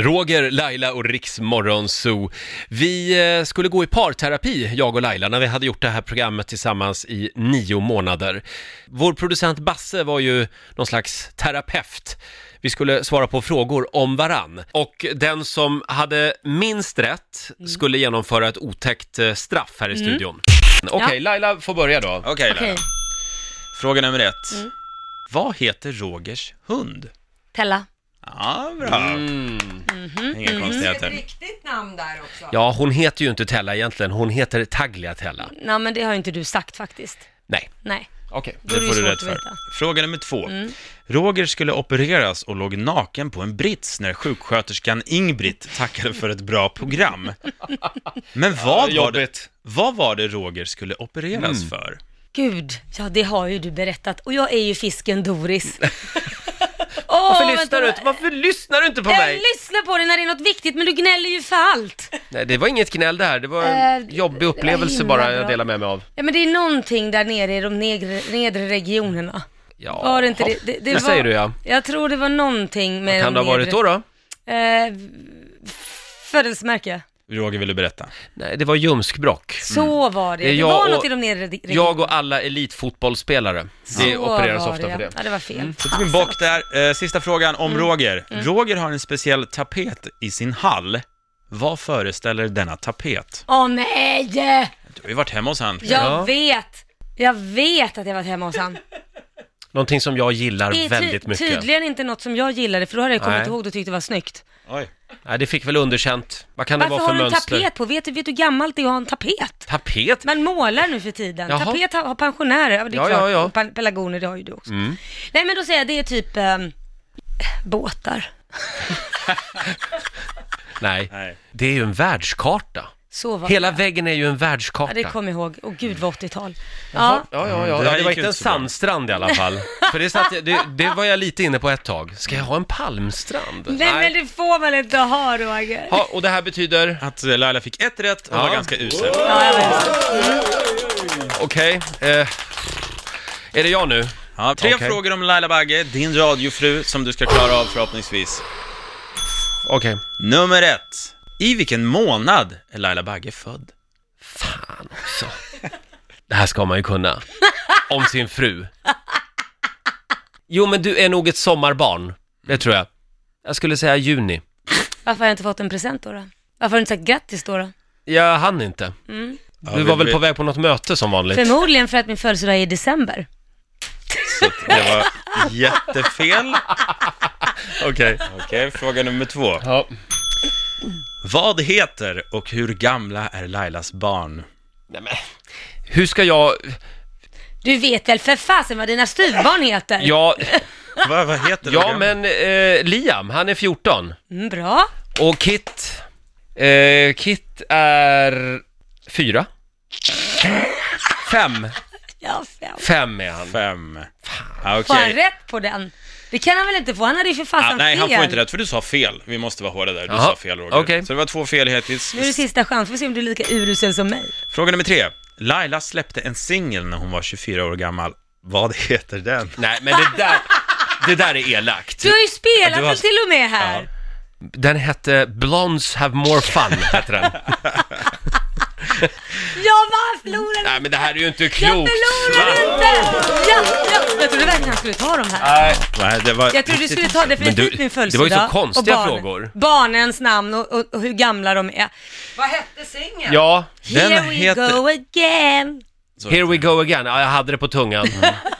Roger, Laila och Riks Morgonzoo. Vi skulle gå i parterapi, jag och Laila, när vi hade gjort det här programmet tillsammans i 9 månader. Vår producent Basse var ju någon slags terapeut. Vi skulle svara på frågor om varann. Och den som hade minst rätt skulle genomföra ett otäckt straff här i studion. Okej, Laila får börja då. Okej, Laila. Fråga nummer 1. Vad heter Rogers hund? Tella. Ja, bra. Inga konstigheter. Ett riktigt namn där också. Ja, hon heter ju inte Tella egentligen. Hon heter Tagliatella. Nej, men det har ju inte du sagt faktiskt. Nej. Okej. Då är Det det får du svårt rätt att för. veta. Fråga nummer 2. Roger skulle opereras och låg naken på en brits när sjuksköterskan Ingrid tackade för ett bra program. Men vad var det Roger skulle opereras för? Gud, ja det har ju du berättat. Och jag är ju fisken Doris. Varför lyssnar du inte på Jag mig? lyssnar på dig när det är något viktigt, men du gnäller ju för allt. Nej, det var inget gnäll där. Det var en jobbig upplevelse himla bara bra. jag delar med mig av. Ja, men det är någonting där nere i de nedre regionerna. Ja, Var det inte det var, säger du, ja. Jag tror det var någonting med... Vad kan det ha varit då? Födelsemärke. Roger ville berätta. Nej, det var ljumskbråck. Så var det. Det Jag var och- något i de nedre regionerna. Jag och alla elitfotbollsspelare. Det opereras ofta för det. Ja, det var fel. Så tog vi en bock där. Sista frågan om Roger. Roger har en speciell tapet i sin hall. Vad föreställer denna tapet? Åh nej! Du har ju varit hemma hos han. Jag vet att jag varit hemma hos han. Någonting som jag gillar väldigt mycket. Tydligen inte något som jag gillade, för då hade jag kommit Nej. ihåg och tyckte det var snyggt. Oj. Nej, det fick väl underkänt. Vad kan det Varför vara för har du en mönster? tapet på? Vet du hur gammalt det är att ha en tapet? Tapet? Man målar nu för tiden. Jaha. Tapet har pensionärer, ja, det är Ja, klart. ja. Och pelargoner, det har ju du också. Nej, men då säger jag, det är typ båtar. Nej, Nej. det är ju en världskarta. Så var Hela det. väggen är ju en världskarta. Ja, det kommer jag ihåg. Åh gud, vad 80-tal. Ja, Ja. ja. Det Det här var gick inte en inte så bra. sandstrand i alla fall. För det var jag lite inne på ett tag. Ska jag ha en palmstrand? Nej, men det får man inte ha, Roger. Ja, och det här betyder... Att Laila fick 1 rätt och var ganska usel. Ja, jag vet. Okej. Är det jag nu? Ja, 3 Okej. frågor om Laila Bagge, din radiofru, som du ska klara av förhoppningsvis. Okej. Nummer 1. I vilken månad är Laila Bagge född? Fan också. Det här ska man ju kunna. Om sin fru. Jo, men du är nog ett sommarbarn. Det tror jag. Jag skulle säga juni. Varför har jag inte fått en present då? Varför har du inte sagt grattis då? Jag hann inte. Du var väl på väg på något möte som vanligt? Förmodligen för att min födelsedag är i december. Så det var jättefel. Okej. Okej, fråga nummer 2. Ja. Vad heter och hur gamla är Lailas barn? Nej, men hur ska jag... Du vet väl för fasen vad dina styvbarn heter? Ja, Vad heter de ja gamla? men Liam, han är 14. Bra. Och Kit är 4. 5. Ja, 5 är han. 5. Får han Okej. rätt på den? Det kan han väl inte få? Han hade ju för fasen Nej, han fel. får inte rätt för du sa fel. Vi måste vara hårda där. Du Jaha, sa fel, Roger. okej. Så det var 2 fel hittills. Nu är det sista chans, får se om du är lika urusel som mig. Fråga nummer 3. Laila släppte en singel när hon var 24 år gammal. Vad heter den? Nej, men det där är elakt. Du har ju spelat Du har- den till och med här. Den hette Blondes Have More Fun, heter den. Jag bara förlorade. Nej, men det här är ju inte Jag klokt. förlorade inte. Jag trodde verkligen han skulle ta de här. Nej. Nej, det var Jag trodde du skulle ta definitivt min födelsedag. det var ju så konstiga och frågor. Barnens namn och hur gamla de är. Vad hette singeln? Ja, Den Here we heter- go again. Here We Go Again. Ja, jag hade det på tungan.